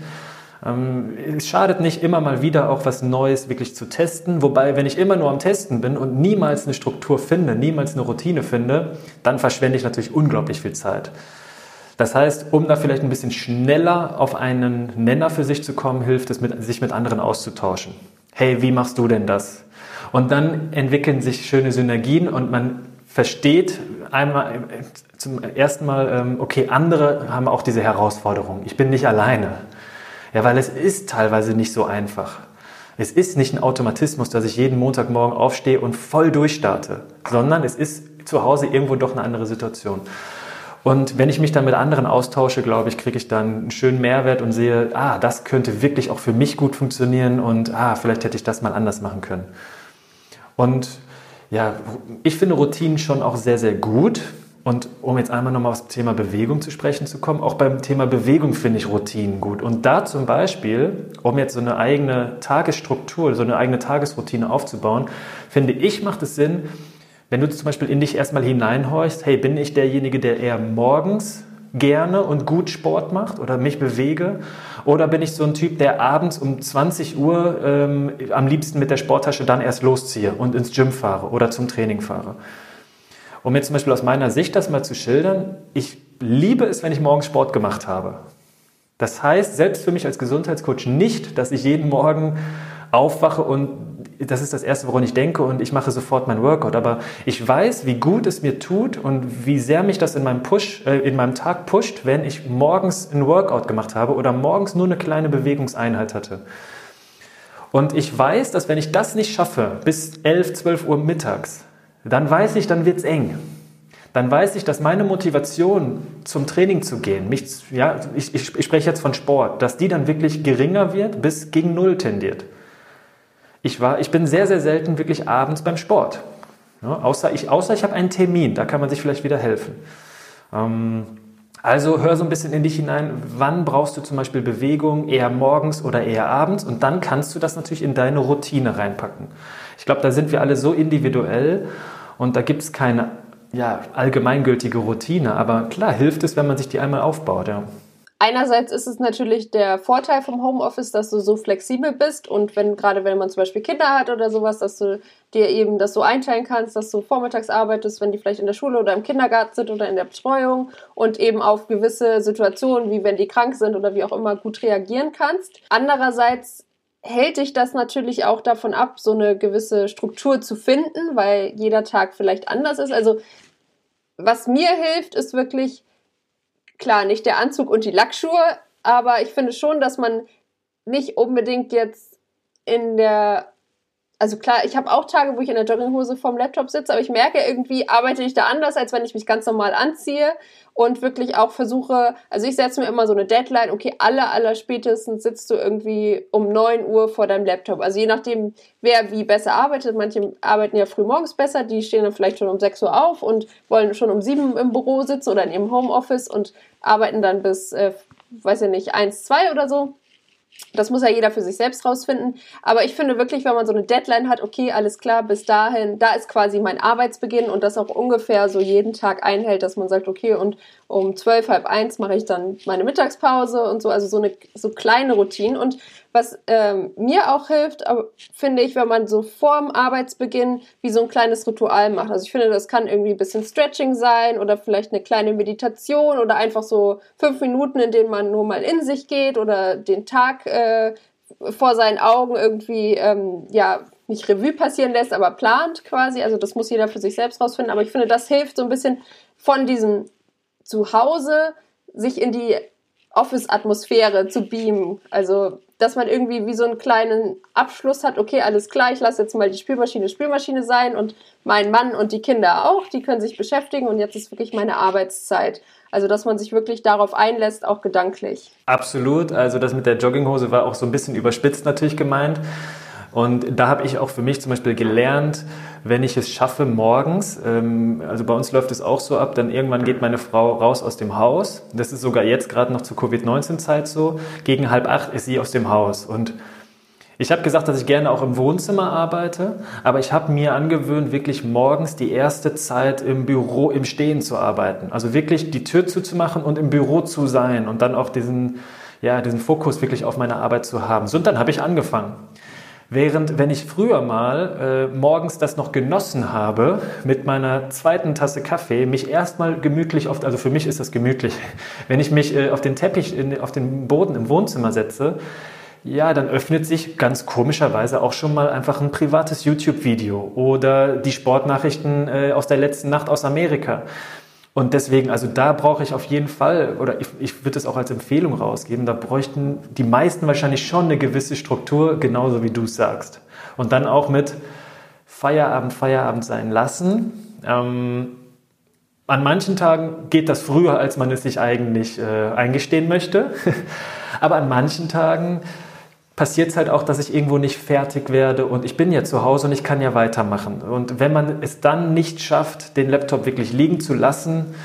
Es schadet nicht, immer mal wieder auch was Neues wirklich zu testen. Wobei, wenn ich immer nur am Testen bin und niemals eine Struktur finde, niemals eine Routine finde, dann verschwende ich natürlich unglaublich viel Zeit. Das heißt, um da vielleicht ein bisschen schneller auf einen Nenner für sich zu kommen, hilft es, sich mit anderen auszutauschen. Hey, wie machst du denn das? Und dann entwickeln sich schöne Synergien und man versteht einmal zum ersten Mal, okay, andere haben auch diese Herausforderung. Ich bin nicht alleine. Ja, weil es ist teilweise nicht so einfach. Es ist nicht ein Automatismus, dass ich jeden Montagmorgen aufstehe und voll durchstarte, sondern es ist zu Hause irgendwo doch eine andere Situation. Und wenn ich mich dann mit anderen austausche, glaube ich, kriege ich dann einen schönen Mehrwert und sehe, das könnte wirklich auch für mich gut funktionieren und vielleicht hätte ich das mal anders machen können. Und ja, ich finde Routinen schon auch sehr, sehr gut. Und um jetzt einmal nochmal auf das Thema Bewegung zu sprechen zu kommen, auch beim Thema Bewegung finde ich Routinen gut. Und da zum Beispiel, um jetzt so eine eigene Tagesstruktur, so eine eigene Tagesroutine aufzubauen, finde ich, macht es Sinn, wenn du zum Beispiel in dich erstmal hineinhorchst, hey, bin ich derjenige, der eher morgens gerne und gut Sport macht oder mich bewege? Oder bin ich so ein Typ, der abends um 20 Uhr am liebsten mit der Sporttasche dann erst losziehe und ins Gym fahre oder zum Training fahre? Um jetzt zum Beispiel aus meiner Sicht das mal zu schildern, ich liebe es, wenn ich morgens Sport gemacht habe. Das heißt, selbst für mich als Gesundheitscoach nicht, dass ich jeden Morgen aufwache und das ist das Erste, woran ich denke und ich mache sofort mein Workout. Aber ich weiß, wie gut es mir tut und wie sehr mich das in meinem Tag pusht, wenn ich morgens ein Workout gemacht habe oder morgens nur eine kleine Bewegungseinheit hatte. Und ich weiß, dass wenn ich das nicht schaffe, bis 11, 12 Uhr mittags, dann weiß ich, dann wird's eng. Dann weiß ich, dass meine Motivation zum Training zu gehen, ich spreche jetzt von Sport, dass die dann wirklich geringer wird, bis gegen Null tendiert. Ich bin sehr, sehr selten wirklich abends beim Sport. Ja, außer ich habe einen Termin, da kann man sich vielleicht wieder helfen. Also hör so ein bisschen in dich hinein, wann brauchst du zum Beispiel Bewegung, eher morgens oder eher abends und dann kannst du das natürlich in deine Routine reinpacken. Ich glaube, da sind wir alle so individuell und da gibt es keine allgemeingültige Routine, aber klar hilft es, wenn man sich die einmal aufbaut. Ja. Einerseits ist es natürlich der Vorteil vom Homeoffice, dass du so flexibel bist und gerade wenn man zum Beispiel Kinder hat oder sowas, dass du dir eben das so einteilen kannst, dass du vormittags arbeitest, wenn die vielleicht in der Schule oder im Kindergarten sind oder in der Betreuung und eben auf gewisse Situationen, wie wenn die krank sind oder wie auch immer, gut reagieren kannst. Andererseits hält dich das natürlich auch davon ab, so eine gewisse Struktur zu finden, weil jeder Tag vielleicht anders ist. Also was mir hilft, ist wirklich, klar, nicht der Anzug und die Lackschuhe, aber ich finde schon, dass man nicht unbedingt jetzt also klar, ich habe auch Tage, wo ich in der Jogginghose vorm Laptop sitze, aber ich merke irgendwie, arbeite ich da anders, als wenn ich mich ganz normal anziehe und wirklich auch versuche, also ich setze mir immer so eine Deadline, okay, aller spätestens sitzt du irgendwie um 9 Uhr vor deinem Laptop. Also je nachdem, wer wie besser arbeitet, manche arbeiten ja früh morgens besser, die stehen dann vielleicht schon um 6 Uhr auf und wollen schon um 7 im Büro sitzen oder in ihrem Homeoffice und arbeiten dann bis, 1, 2 oder so. Das muss ja jeder für sich selbst rausfinden. Aber ich finde wirklich, wenn man so eine Deadline hat, okay, alles klar, bis dahin, da ist quasi mein Arbeitsbeginn und das auch ungefähr so jeden Tag einhält, dass man sagt, okay, und um 12, halb 1 mache ich dann meine Mittagspause und so, also so kleine Routinen. Und was mir auch hilft, finde ich, wenn man so vorm Arbeitsbeginn wie so ein kleines Ritual macht. Also ich finde, das kann irgendwie ein bisschen Stretching sein oder vielleicht eine kleine Meditation oder einfach so 5 Minuten, in denen man nur mal in sich geht oder den Tag vor seinen Augen irgendwie, nicht Revue passieren lässt, aber plant quasi. Also das muss jeder für sich selbst rausfinden. Aber ich finde, das hilft so ein bisschen von diesem Zuhause sich in die Office-Atmosphäre zu beamen. Also, dass man irgendwie wie so einen kleinen Abschluss hat, okay, alles klar, ich lasse jetzt mal die Spülmaschine sein und mein Mann und die Kinder auch, die können sich beschäftigen und jetzt ist wirklich meine Arbeitszeit. Also, dass man sich wirklich darauf einlässt, auch gedanklich. Absolut, also das mit der Jogginghose war auch so ein bisschen überspitzt natürlich gemeint. Und da habe ich auch für mich zum Beispiel gelernt, wenn ich es schaffe morgens, also bei uns läuft es auch so ab, dann irgendwann geht meine Frau raus aus dem Haus. Das ist sogar jetzt gerade noch zur Covid-19-Zeit so. Gegen 7:30 ist sie aus dem Haus. Und ich habe gesagt, dass ich gerne auch im Wohnzimmer arbeite, aber ich habe mir angewöhnt, wirklich morgens die erste Zeit im Büro, im Stehen zu arbeiten. Also wirklich die Tür zuzumachen und im Büro zu sein und dann auch diesen Fokus wirklich auf meine Arbeit zu haben. So, und dann habe ich angefangen. Während, wenn ich früher mal morgens das noch genossen habe, mit meiner zweiten Tasse Kaffee, mich erstmal gemütlich also für mich ist das gemütlich, wenn ich mich auf den Teppich, auf den Boden im Wohnzimmer setze, ja, dann öffnet sich ganz komischerweise auch schon mal einfach ein privates YouTube-Video oder die Sportnachrichten aus der letzten Nacht aus Amerika. Und deswegen, also da brauche ich auf jeden Fall, oder ich würde es auch als Empfehlung rausgeben, da bräuchten die meisten wahrscheinlich schon eine gewisse Struktur, genauso wie du es sagst. Und dann auch mit Feierabend sein lassen. An manchen Tagen geht das früher, als man es sich eigentlich eingestehen möchte. Aber an manchen Tagen passiert es halt auch, dass ich irgendwo nicht fertig werde und ich bin ja zu Hause und ich kann ja weitermachen. Und wenn man es dann nicht schafft, den Laptop wirklich liegen zu lassen,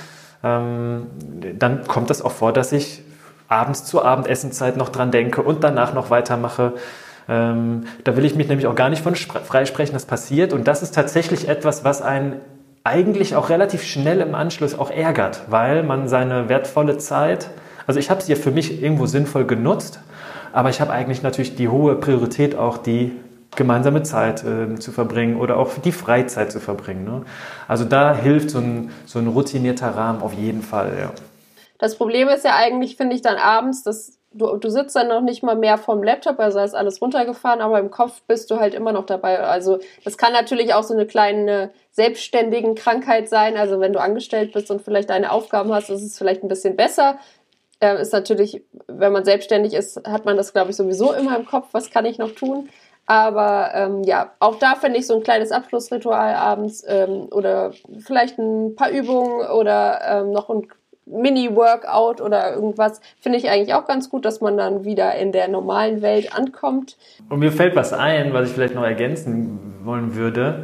dann kommt es auch vor, dass ich abends zur Abendessenzeit noch dran denke und danach noch weitermache. Da will ich mich nämlich auch gar nicht von freisprechen, das passiert. Und das ist tatsächlich etwas, was einen eigentlich auch relativ schnell im Anschluss auch ärgert, weil man seine wertvolle Zeit, also ich habe sie ja für mich irgendwo sinnvoll genutzt, aber ich habe eigentlich natürlich die hohe Priorität, auch die gemeinsame Zeit zu verbringen oder auch die Freizeit zu verbringen. Ne? Also da hilft so ein routinierter Rahmen auf jeden Fall. Ja. Das Problem ist ja eigentlich, finde ich, dann abends, dass du sitzt dann noch nicht mal mehr vorm Laptop, also ist alles runtergefahren, aber im Kopf bist du halt immer noch dabei. Also das kann natürlich auch so eine kleine selbstständigen Krankheit sein. Also wenn du angestellt bist und vielleicht deine Aufgaben hast, ist es vielleicht ein bisschen besser. Ist natürlich, wenn man selbstständig ist, hat man das, glaube ich, sowieso immer im Kopf, was kann ich noch tun. Aber auch da finde ich so ein kleines Abschlussritual abends oder vielleicht ein paar Übungen oder noch ein Mini-Workout oder irgendwas, finde ich eigentlich auch ganz gut, dass man dann wieder in der normalen Welt ankommt. Und mir fällt was ein, was ich vielleicht noch ergänzen wollen würde.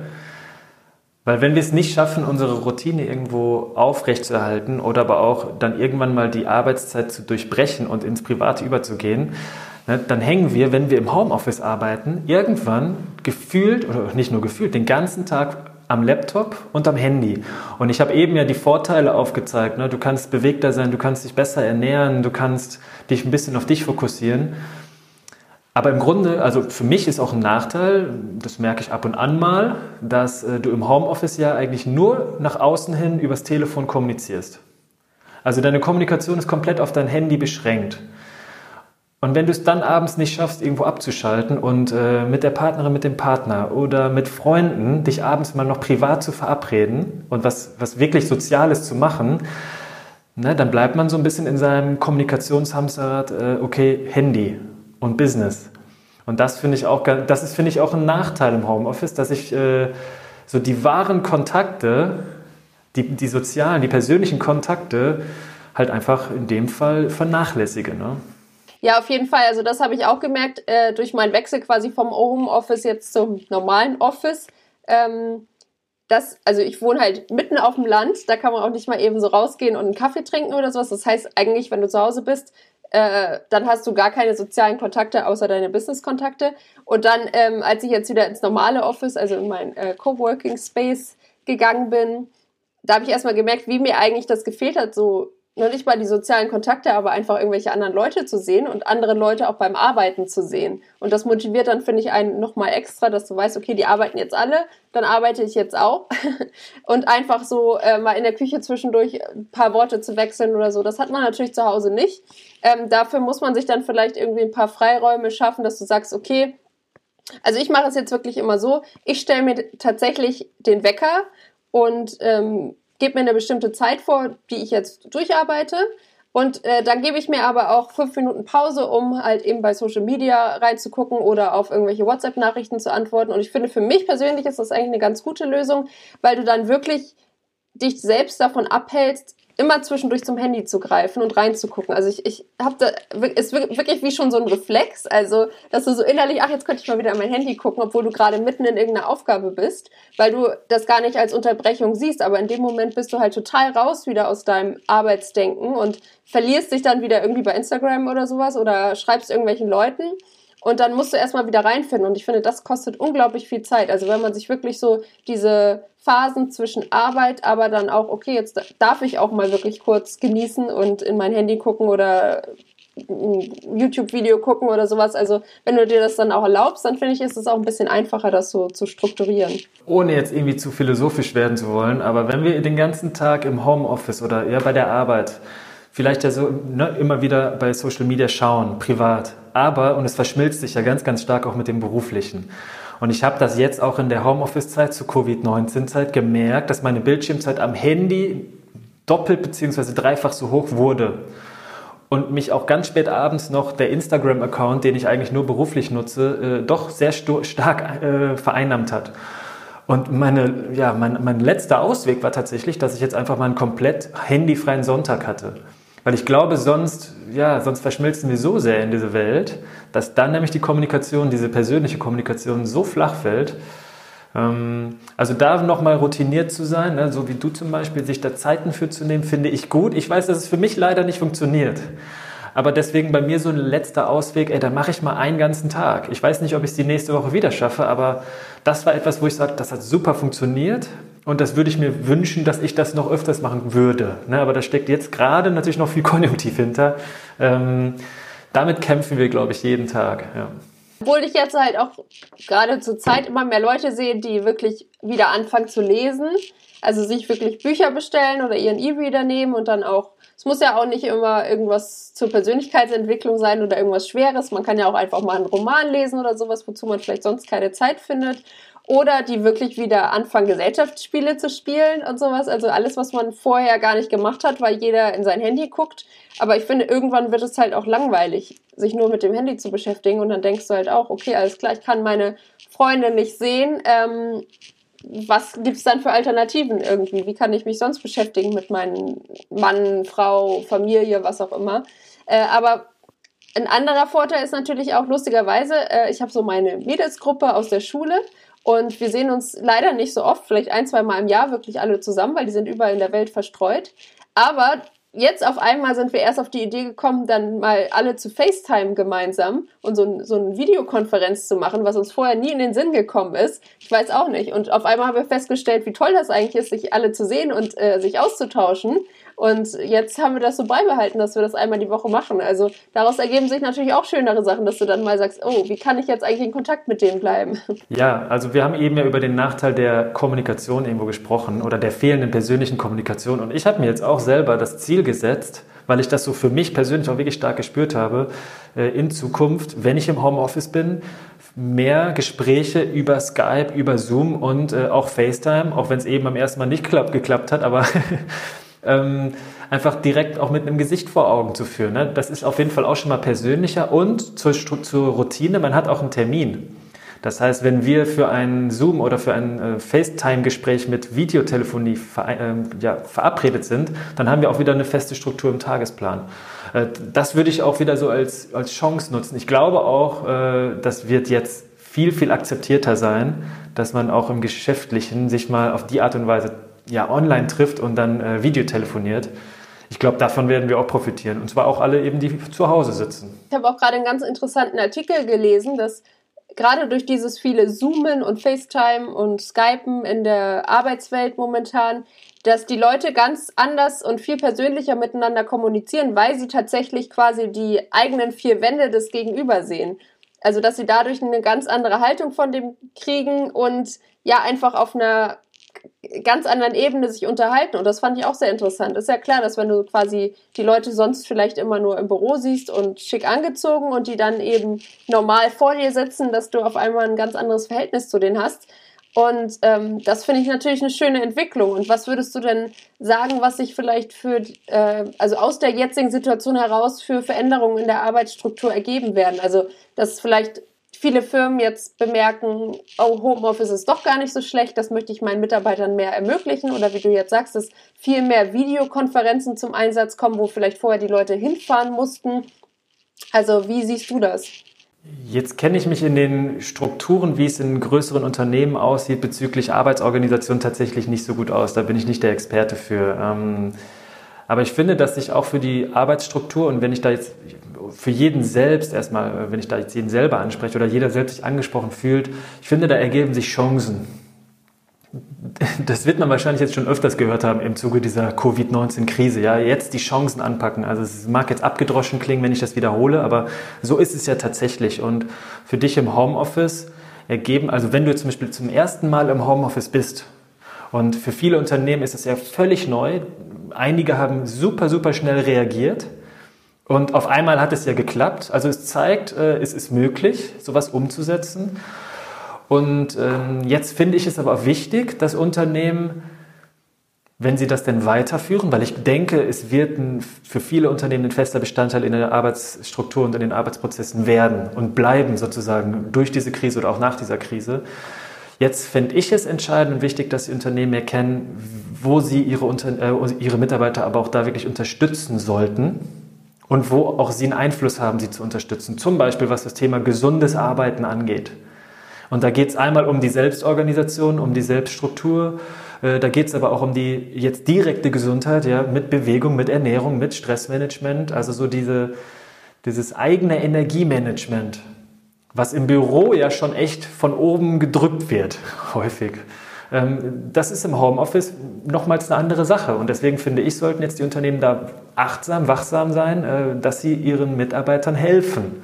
Weil wenn wir es nicht schaffen, unsere Routine irgendwo aufrechtzuerhalten oder aber auch dann irgendwann mal die Arbeitszeit zu durchbrechen und ins Private überzugehen, ne, dann hängen wir, wenn wir im Homeoffice arbeiten, irgendwann gefühlt, oder nicht nur gefühlt, den ganzen Tag am Laptop und am Handy. Und ich habe eben ja die Vorteile aufgezeigt. Ne? Du kannst bewegter sein, du kannst dich besser ernähren, du kannst dich ein bisschen auf dich fokussieren. Aber im Grunde, also für mich ist auch ein Nachteil, das merke ich ab und an mal, dass du im Homeoffice ja eigentlich nur nach außen hin übers Telefon kommunizierst. Also deine Kommunikation ist komplett auf dein Handy beschränkt. Und wenn du es dann abends nicht schaffst, irgendwo abzuschalten und mit der Partnerin, mit dem Partner oder mit Freunden dich abends mal noch privat zu verabreden und was wirklich Soziales zu machen, ne, dann bleibt man so ein bisschen in seinem Kommunikationshamsterrad, okay, Handy und Business. Und das finde ich auch ein Nachteil im Homeoffice, dass ich so die wahren Kontakte, die sozialen, die persönlichen Kontakte halt einfach in dem Fall vernachlässige. Ne? Ja, auf jeden Fall. Also das habe ich auch gemerkt, durch meinen Wechsel quasi vom Homeoffice jetzt zum normalen Office. Also ich wohne halt mitten auf dem Land, da kann man auch nicht mal eben so rausgehen und einen Kaffee trinken oder sowas. Das heißt eigentlich, wenn du zu Hause bist, dann hast du gar keine sozialen Kontakte, außer deine Business-Kontakte. Und dann, als ich jetzt wieder ins normale Office, also in mein Coworking Space gegangen bin, da habe ich erstmal gemerkt, wie mir eigentlich das gefehlt hat, so noch nicht mal die sozialen Kontakte, aber einfach irgendwelche anderen Leute zu sehen und andere Leute auch beim Arbeiten zu sehen. Und das motiviert dann, finde ich, einen nochmal extra, dass du weißt, okay, die arbeiten jetzt alle, dann arbeite ich jetzt auch. Und einfach so mal in der Küche zwischendurch ein paar Worte zu wechseln oder so, das hat man natürlich zu Hause nicht. Dafür muss man sich dann vielleicht irgendwie ein paar Freiräume schaffen, dass du sagst, okay, also ich mache es jetzt wirklich immer so, ich stelle mir tatsächlich den Wecker und gebe mir eine bestimmte Zeit vor, die ich jetzt durcharbeite. Und dann gebe ich mir aber auch 5 Minuten Pause, um halt eben bei Social Media reinzugucken oder auf irgendwelche WhatsApp-Nachrichten zu antworten. Und ich finde, für mich persönlich ist das eigentlich eine ganz gute Lösung, weil du dann wirklich dich selbst davon abhältst, immer zwischendurch zum Handy zu greifen und reinzugucken. Also ich habe da, ist wirklich wie schon so ein Reflex, also dass du so innerlich, ach, jetzt könnte ich mal wieder an mein Handy gucken, obwohl du gerade mitten in irgendeiner Aufgabe bist, weil du das gar nicht als Unterbrechung siehst, aber in dem Moment bist du halt total raus wieder aus deinem Arbeitsdenken und verlierst dich dann wieder irgendwie bei Instagram oder sowas oder schreibst irgendwelchen Leuten. Und dann musst du erstmal wieder reinfinden. Und ich finde, das kostet unglaublich viel Zeit. Also wenn man sich wirklich so diese Phasen zwischen Arbeit, aber dann auch, okay, jetzt darf ich auch mal wirklich kurz genießen und in mein Handy gucken oder ein YouTube-Video gucken oder sowas. Also wenn du dir das dann auch erlaubst, dann finde ich, ist es auch ein bisschen einfacher, das so zu strukturieren. Ohne jetzt irgendwie zu philosophisch werden zu wollen, aber wenn wir den ganzen Tag im Homeoffice oder ja bei der Arbeit vielleicht ja so immer wieder bei Social Media schauen, privat. Aber, und es verschmilzt sich ja ganz, ganz stark auch mit dem Beruflichen. Und ich habe das jetzt auch in der Homeoffice-Zeit, zur Covid-19-Zeit gemerkt, dass meine Bildschirmzeit am Handy doppelt bzw. dreifach so hoch wurde. Und mich auch ganz spät abends noch der Instagram-Account, den ich eigentlich nur beruflich nutze, doch sehr stark vereinnahmt hat. Und mein letzter Ausweg war tatsächlich, dass ich jetzt einfach mal einen komplett handyfreien Sonntag hatte. Weil ich glaube, sonst verschmilzen wir so sehr in diese Welt, dass dann nämlich die Kommunikation, diese persönliche Kommunikation so flach fällt. Also da nochmal routiniert zu sein, ne, so wie du zum Beispiel, sich da Zeiten für zu nehmen, finde ich gut. Ich weiß, dass es für mich leider nicht funktioniert. Aber deswegen bei mir so ein letzter Ausweg, dann mache ich mal einen ganzen Tag. Ich weiß nicht, ob ich es die nächste Woche wieder schaffe, aber das war etwas, wo ich sage, das hat super funktioniert und das würde ich mir wünschen, dass ich das noch öfters machen würde. Ne, aber da steckt jetzt gerade natürlich noch viel Konjunktiv hinter. Damit kämpfen wir, glaube ich, jeden Tag. Ja. Obwohl ich jetzt halt auch gerade zur Zeit immer mehr Leute sehe, die wirklich wieder anfangen zu lesen. Also sich wirklich Bücher bestellen oder ihren E-Reader nehmen und dann auch, es muss ja auch nicht immer irgendwas zur Persönlichkeitsentwicklung sein oder irgendwas Schweres. Man kann ja auch einfach mal einen Roman lesen oder sowas, wozu man vielleicht sonst keine Zeit findet. Oder die wirklich wieder anfangen, Gesellschaftsspiele zu spielen und sowas. Also alles, was man vorher gar nicht gemacht hat, weil jeder in sein Handy guckt. Aber ich finde, irgendwann wird es halt auch langweilig, sich nur mit dem Handy zu beschäftigen. Und dann denkst du halt auch, okay, alles klar, ich kann meine Freunde nicht sehen. Was gibt's dann für Alternativen irgendwie? Wie kann ich mich sonst beschäftigen mit meinem Mann, Frau, Familie, was auch immer? Aber ein anderer Vorteil ist natürlich auch lustigerweise, ich habe so meine Mädelsgruppe aus der Schule und wir sehen uns leider nicht so oft, vielleicht 1-2 Mal im Jahr wirklich alle zusammen, weil die sind überall in der Welt verstreut. Aber jetzt auf einmal sind wir erst auf die Idee gekommen, dann mal alle zu FaceTime gemeinsam und so eine Videokonferenz zu machen, was uns vorher nie in den Sinn gekommen ist. Ich weiß auch nicht. Und auf einmal haben wir festgestellt, wie toll das eigentlich ist, sich alle zu sehen und sich auszutauschen. Und jetzt haben wir das so beibehalten, dass wir das einmal die Woche machen. Also daraus ergeben sich natürlich auch schönere Sachen, dass du dann mal sagst, oh, wie kann ich jetzt eigentlich in Kontakt mit denen bleiben? Ja, also wir haben eben ja über den Nachteil der Kommunikation irgendwo gesprochen oder der fehlenden persönlichen Kommunikation. Und ich habe mir jetzt auch selber das Ziel gesetzt, weil ich das so für mich persönlich auch wirklich stark gespürt habe, in Zukunft, wenn ich im Homeoffice bin, mehr Gespräche über Skype, über Zoom und auch FaceTime, auch wenn es eben am ersten Mal nicht geklappt hat, aber einfach direkt auch mit einem Gesicht vor Augen zu führen. Ne? Das ist auf jeden Fall auch schon mal persönlicher und zur Routine, man hat auch einen Termin. Das heißt, wenn wir für ein Zoom oder für ein FaceTime-Gespräch mit Videotelefonie verabredet sind, dann haben wir auch wieder eine feste Struktur im Tagesplan. Das würde ich auch wieder so als Chance nutzen. Ich glaube auch, das wird jetzt viel, viel akzeptierter sein, dass man auch im Geschäftlichen sich mal auf die Art und Weise online trifft und dann Videotelefoniert. Ich glaube, davon werden wir auch profitieren. Und zwar auch alle eben, die zu Hause sitzen. Ich habe auch gerade einen ganz interessanten Artikel gelesen, dass gerade durch dieses viele Zoomen und FaceTime und Skypen in der Arbeitswelt momentan, dass die Leute ganz anders und viel persönlicher miteinander kommunizieren, weil sie tatsächlich quasi die eigenen 4 Wände des Gegenüber sehen. Also, dass sie dadurch eine ganz andere Haltung von dem kriegen und ja einfach auf einer ganz anderen Ebene sich unterhalten. Und das fand ich auch sehr interessant. Ist ja klar, dass wenn du quasi die Leute sonst vielleicht immer nur im Büro siehst und schick angezogen und die dann eben normal vor dir sitzen, dass du auf einmal ein ganz anderes Verhältnis zu denen hast. Und das finde ich natürlich eine schöne Entwicklung. Und was würdest du denn sagen, was sich vielleicht also aus der jetzigen Situation heraus für Veränderungen in der Arbeitsstruktur ergeben werden? Also, dass vielleicht viele Firmen jetzt bemerken, oh, Homeoffice ist doch gar nicht so schlecht, das möchte ich meinen Mitarbeitern mehr ermöglichen. Oder wie du jetzt sagst, dass viel mehr Videokonferenzen zum Einsatz kommen, wo vielleicht vorher die Leute hinfahren mussten. Also, wie siehst du das? Jetzt kenne ich mich in den Strukturen, wie es in größeren Unternehmen aussieht, bezüglich Arbeitsorganisation tatsächlich nicht so gut aus. Da bin ich nicht der Experte für. Aber ich finde, dass sich auch für die Arbeitsstruktur und wenn ich da jetzt für jeden selbst erstmal, wenn ich da jetzt jeden selber anspreche oder jeder selbst sich angesprochen fühlt, ich finde, da ergeben sich Chancen. Das wird man wahrscheinlich jetzt schon öfters gehört haben im Zuge dieser Covid-19-Krise. Ja, jetzt die Chancen anpacken. Also es mag jetzt abgedroschen klingen, wenn ich das wiederhole, aber so ist es ja tatsächlich. Und für dich im Homeoffice also wenn du zum Beispiel zum ersten Mal im Homeoffice bist, und für viele Unternehmen ist es ja völlig neu. Einige haben super, super schnell reagiert. Und auf einmal hat es ja geklappt. Also es zeigt, es ist möglich, sowas umzusetzen. Und jetzt finde ich es aber auch wichtig, dass Unternehmen, wenn sie das denn weiterführen, weil ich denke, es wird für viele Unternehmen ein fester Bestandteil in der Arbeitsstruktur und in den Arbeitsprozessen werden und bleiben sozusagen durch diese Krise oder auch nach dieser Krise. Jetzt finde ich es entscheidend und wichtig, dass die Unternehmen erkennen, wo sie ihre Mitarbeiter aber auch da wirklich unterstützen sollten und wo auch sie einen Einfluss haben, sie zu unterstützen. Zum Beispiel, was das Thema gesundes Arbeiten angeht. Und da geht es einmal um die Selbstorganisation, um die Selbststruktur. Da geht es aber auch um die jetzt direkte Gesundheit, ja, mit Bewegung, mit Ernährung, mit Stressmanagement. Also so dieses eigene Energiemanagement, was im Büro ja schon echt von oben gedrückt wird, häufig. Das ist im Homeoffice nochmals eine andere Sache. Und deswegen finde ich, sollten jetzt die Unternehmen da achtsam, wachsam sein, dass sie ihren Mitarbeitern helfen.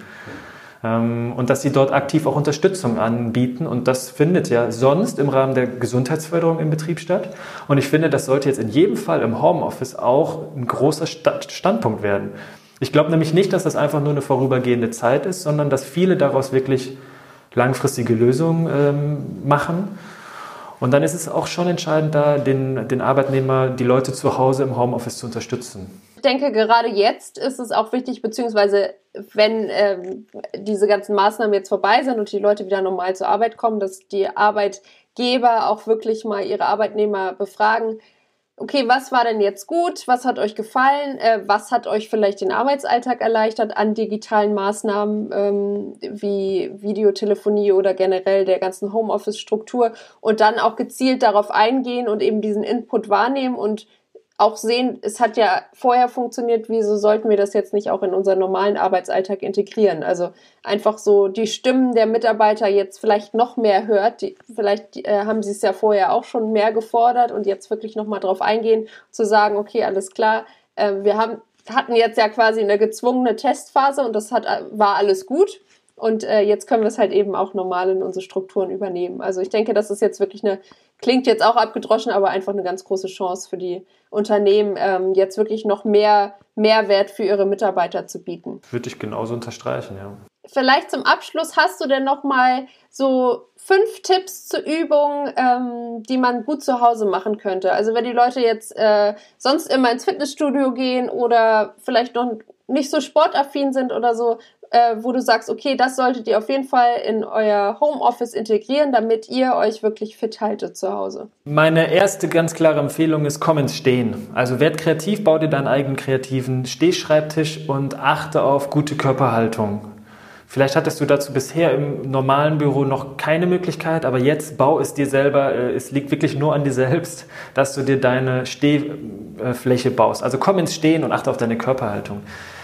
Und dass sie dort aktiv auch Unterstützung anbieten. Und das findet ja sonst im Rahmen der Gesundheitsförderung im Betrieb statt. Und ich finde, das sollte jetzt in jedem Fall im Homeoffice auch ein großer Standpunkt werden. Ich glaube nämlich nicht, dass das einfach nur eine vorübergehende Zeit ist, sondern dass viele daraus wirklich langfristige Lösungen machen. Und dann ist es auch schon entscheidend, da den Arbeitnehmer, die Leute zu Hause im Homeoffice zu unterstützen. Ich denke, gerade jetzt ist es auch wichtig, beziehungsweise wenn diese ganzen Maßnahmen jetzt vorbei sind und die Leute wieder normal zur Arbeit kommen, dass die Arbeitgeber auch wirklich mal ihre Arbeitnehmer befragen, okay, was war denn jetzt gut, was hat euch gefallen, was hat euch vielleicht den Arbeitsalltag erleichtert an digitalen Maßnahmen wie Videotelefonie oder generell der ganzen Homeoffice-Struktur und dann auch gezielt darauf eingehen und eben diesen Input wahrnehmen und auch sehen, es hat ja vorher funktioniert, wieso sollten wir das jetzt nicht auch in unseren normalen Arbeitsalltag integrieren? Also einfach so die Stimmen der Mitarbeiter jetzt vielleicht noch mehr hört. Vielleicht haben sie es ja vorher auch schon mehr gefordert und jetzt wirklich nochmal drauf eingehen, zu sagen, okay, alles klar, wir hatten jetzt ja quasi eine gezwungene Testphase und das war alles gut. Und jetzt können wir es halt eben auch normal in unsere Strukturen übernehmen. Also ich denke, das ist jetzt wirklich klingt jetzt auch abgedroschen, aber einfach eine ganz große Chance für die Unternehmen, jetzt wirklich noch mehr Mehrwert für ihre Mitarbeiter zu bieten. Würde ich genauso unterstreichen, ja. Vielleicht zum Abschluss, hast du denn noch mal so 5 Tipps zur Übung, die man gut zu Hause machen könnte? Also wenn die Leute jetzt sonst immer ins Fitnessstudio gehen oder vielleicht noch nicht so sportaffin sind oder so, wo du sagst, okay, das solltet ihr auf jeden Fall in euer Homeoffice integrieren, damit ihr euch wirklich fit haltet zu Hause. Meine erste ganz klare Empfehlung ist, komm ins Stehen. Also werd kreativ, bau dir deinen eigenen kreativen Stehschreibtisch und achte auf gute Körperhaltung. Vielleicht hattest du dazu bisher im normalen Büro noch keine Möglichkeit, aber jetzt bau es dir selber. Es liegt wirklich nur an dir selbst, dass du dir deine Stehfläche baust. Also komm ins Stehen und achte auf deine Körperhaltung.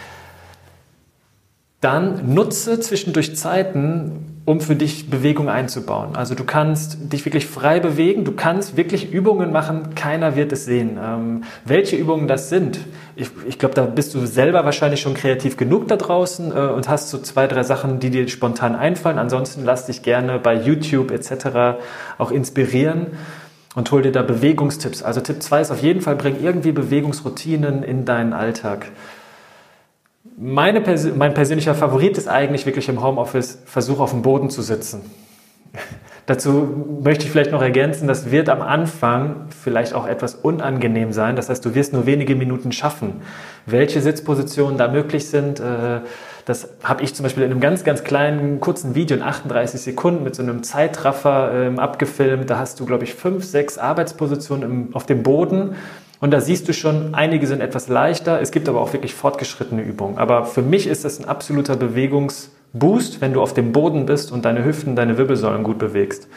Dann nutze zwischendurch Zeiten, um für dich Bewegung einzubauen. Also du kannst dich wirklich frei bewegen, du kannst wirklich Übungen machen, keiner wird es sehen. Welche Übungen das sind, ich glaube, da bist du selber wahrscheinlich schon kreativ genug da draußen und hast so 2, 3 Sachen, die dir spontan einfallen. Ansonsten lass dich gerne bei YouTube etc. auch inspirieren und hol dir da Bewegungstipps. Also Tipp 2 ist auf jeden Fall, bring irgendwie Bewegungsroutinen in deinen Alltag. Mein persönlicher Favorit ist eigentlich wirklich im Homeoffice, Versuch auf dem Boden zu sitzen. Dazu möchte ich vielleicht noch ergänzen, das wird am Anfang vielleicht auch etwas unangenehm sein. Das heißt, du wirst nur wenige Minuten schaffen. Welche Sitzpositionen da möglich sind, das habe ich zum Beispiel in einem ganz, ganz kleinen, kurzen Video in 38 Sekunden mit so einem Zeitraffer abgefilmt. Da hast du, glaube ich, 5, 6 Arbeitspositionen auf dem Boden. Und da siehst du schon, einige sind etwas leichter. Es gibt aber auch wirklich fortgeschrittene Übungen. Aber für mich ist das ein absoluter Bewegungsboost, wenn du auf dem Boden bist und deine Hüften, deine Wirbelsäulen gut bewegst.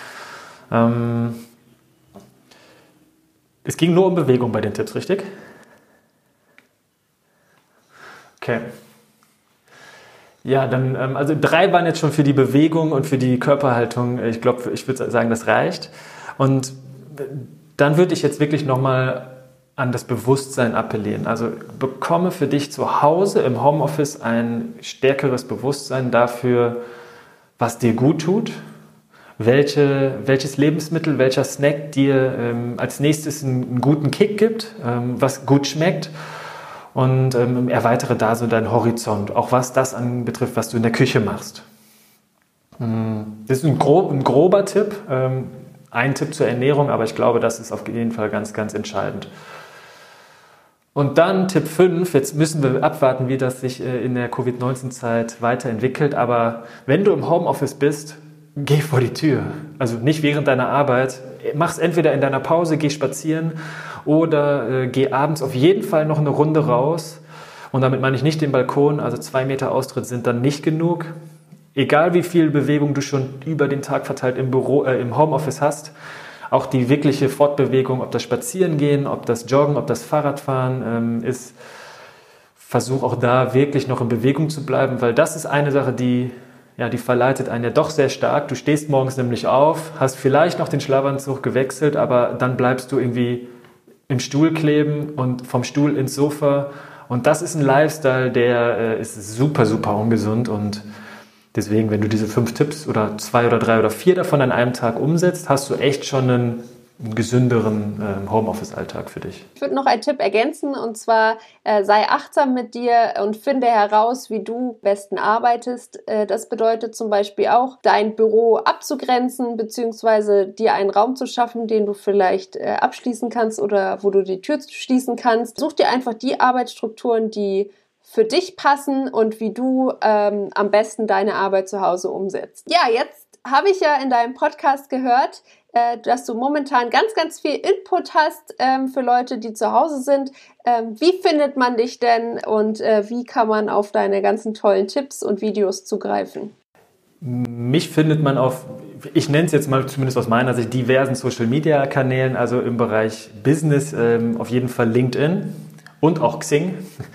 Es ging nur um Bewegung bei den Tipps, richtig? Okay. Ja, dann, also 3 waren jetzt schon für die Bewegung und für die Körperhaltung. Ich glaube, ich würde sagen, das reicht. Und dann würde ich jetzt wirklich nochmal an das Bewusstsein appellieren. Also bekomme für dich zu Hause im Homeoffice ein stärkeres Bewusstsein dafür, was dir gut tut, welches Lebensmittel, welcher Snack dir als nächstes einen guten Kick gibt, was gut schmeckt. Und erweitere da so deinen Horizont, auch was das anbetrifft, was du in der Küche machst. Das ist ein grober Tipp, ein Tipp zur Ernährung, aber ich glaube, das ist auf jeden Fall ganz, ganz entscheidend. Und dann Tipp 5, jetzt müssen wir abwarten, wie das sich in der Covid-19-Zeit weiterentwickelt, aber wenn du im Homeoffice bist, geh vor die Tür. Also nicht während deiner Arbeit. Mach's entweder in deiner Pause, geh spazieren oder geh abends auf jeden Fall noch eine Runde raus. Und damit meine ich nicht den Balkon, also 2 Meter Austritt sind dann nicht genug. Egal wie viel Bewegung du schon über den Tag verteilt im Homeoffice hast, auch die wirkliche Fortbewegung, ob das Spazierengehen, ob das Joggen, ob das Fahrradfahren ist, versuch auch da wirklich noch in Bewegung zu bleiben, weil das ist eine Sache, die verleitet einen ja doch sehr stark. Du stehst morgens nämlich auf, hast vielleicht noch den Schlafanzug gewechselt, aber dann bleibst du irgendwie im Stuhl kleben und vom Stuhl ins Sofa. Und das ist ein Lifestyle, der ist super, super ungesund. Und deswegen, wenn du diese 5 Tipps oder 2 oder 3 oder 4 davon an einem Tag umsetzt, hast du echt schon einen gesünderen Homeoffice-Alltag für dich. Ich würde noch einen Tipp ergänzen, und zwar sei achtsam mit dir und finde heraus, wie du am besten arbeitest. Das bedeutet zum Beispiel auch, dein Büro abzugrenzen bzw. dir einen Raum zu schaffen, den du vielleicht abschließen kannst oder wo du die Tür schließen kannst. Such dir einfach die Arbeitsstrukturen, die für dich passen und wie du am besten deine Arbeit zu Hause umsetzt. Ja, jetzt habe ich ja in deinem Podcast gehört, dass du momentan ganz, ganz viel Input hast für Leute, die zu Hause sind. Wie findet man dich denn und wie kann man auf deine ganzen tollen Tipps und Videos zugreifen? Mich findet man auf, ich nenne es jetzt mal zumindest aus meiner Sicht, diversen Social-Media-Kanälen, also im Bereich Business, auf jeden Fall LinkedIn und auch Xing.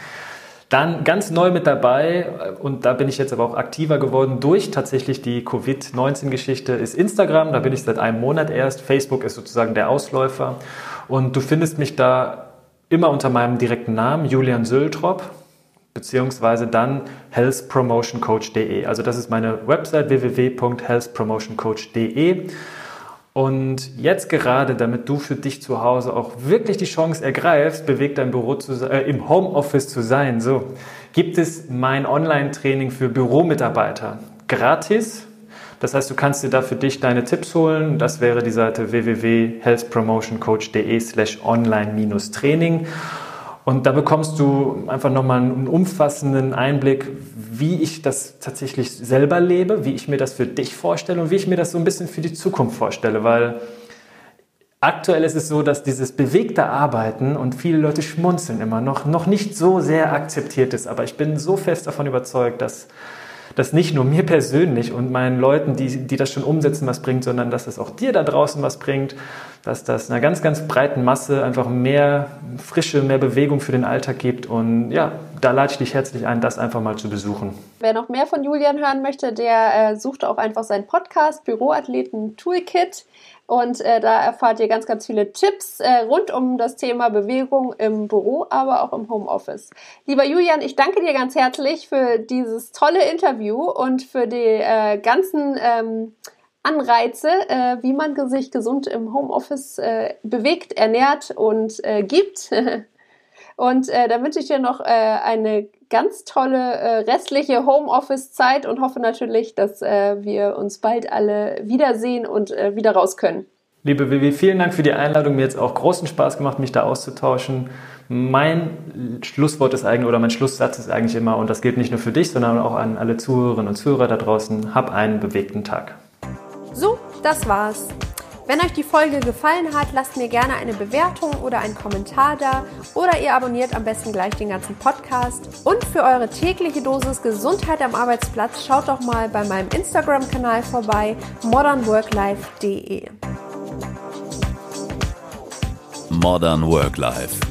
Dann ganz neu mit dabei, und da bin ich jetzt aber auch aktiver geworden durch tatsächlich die Covid-19-Geschichte, ist Instagram. Da bin ich seit einem Monat erst. Facebook ist sozusagen der Ausläufer. Und du findest mich da immer unter meinem direkten Namen, Julian Söltrop, beziehungsweise dann healthpromotioncoach.de. Also das ist meine Website, www.healthpromotioncoach.de. Und jetzt gerade, damit du für dich zu Hause auch wirklich die Chance ergreifst, bewegt dein Büro im Homeoffice zu sein, so gibt es mein Online-Training für Büromitarbeiter gratis. Das heißt, du kannst dir da für dich deine Tipps holen. Das wäre die Seite www.healthpromotioncoach.de/online-training. Und da bekommst du einfach nochmal einen umfassenden Einblick, wie ich das tatsächlich selber lebe, wie ich mir das für dich vorstelle und wie ich mir das so ein bisschen für die Zukunft vorstelle, weil aktuell ist es so, dass dieses bewegte Arbeiten, und viele Leute schmunzeln immer noch nicht so sehr akzeptiert ist, aber ich bin so fest davon überzeugt, dass das nicht nur mir persönlich und meinen Leuten, die das schon umsetzen, was bringt, sondern dass es auch dir da draußen was bringt, dass das einer ganz, ganz breiten Masse einfach mehr Frische, mehr Bewegung für den Alltag gibt. Und ja, da lade ich dich herzlich ein, das einfach mal zu besuchen. Wer noch mehr von Julian hören möchte, der sucht auch einfach seinen Podcast Büroathleten Toolkit. Und da erfahrt ihr ganz, ganz viele Tipps rund um das Thema Bewegung im Büro, aber auch im Homeoffice. Lieber Julian, ich danke dir ganz herzlich für dieses tolle Interview und für die ganzen Anreize, wie man sich gesund im Homeoffice bewegt, ernährt und gibt. Und dann wünsche ich dir noch eine ganz tolle restliche Homeoffice-Zeit und hoffe natürlich, dass wir uns bald alle wiedersehen und wieder raus können. Liebe Vivi, vielen Dank für die Einladung. Mir hat es auch großen Spaß gemacht, mich da auszutauschen. Mein Schlusswort ist eigentlich, oder mein Schlusssatz ist eigentlich immer, und das gilt nicht nur für dich, sondern auch an alle Zuhörerinnen und Zuhörer da draußen, hab einen bewegten Tag. So, das war's. Wenn euch die Folge gefallen hat, lasst mir gerne eine Bewertung oder einen Kommentar da oder ihr abonniert am besten gleich den ganzen Podcast. Und für eure tägliche Dosis Gesundheit am Arbeitsplatz schaut doch mal bei meinem Instagram-Kanal vorbei, modernworklife.de. Modern Work Life.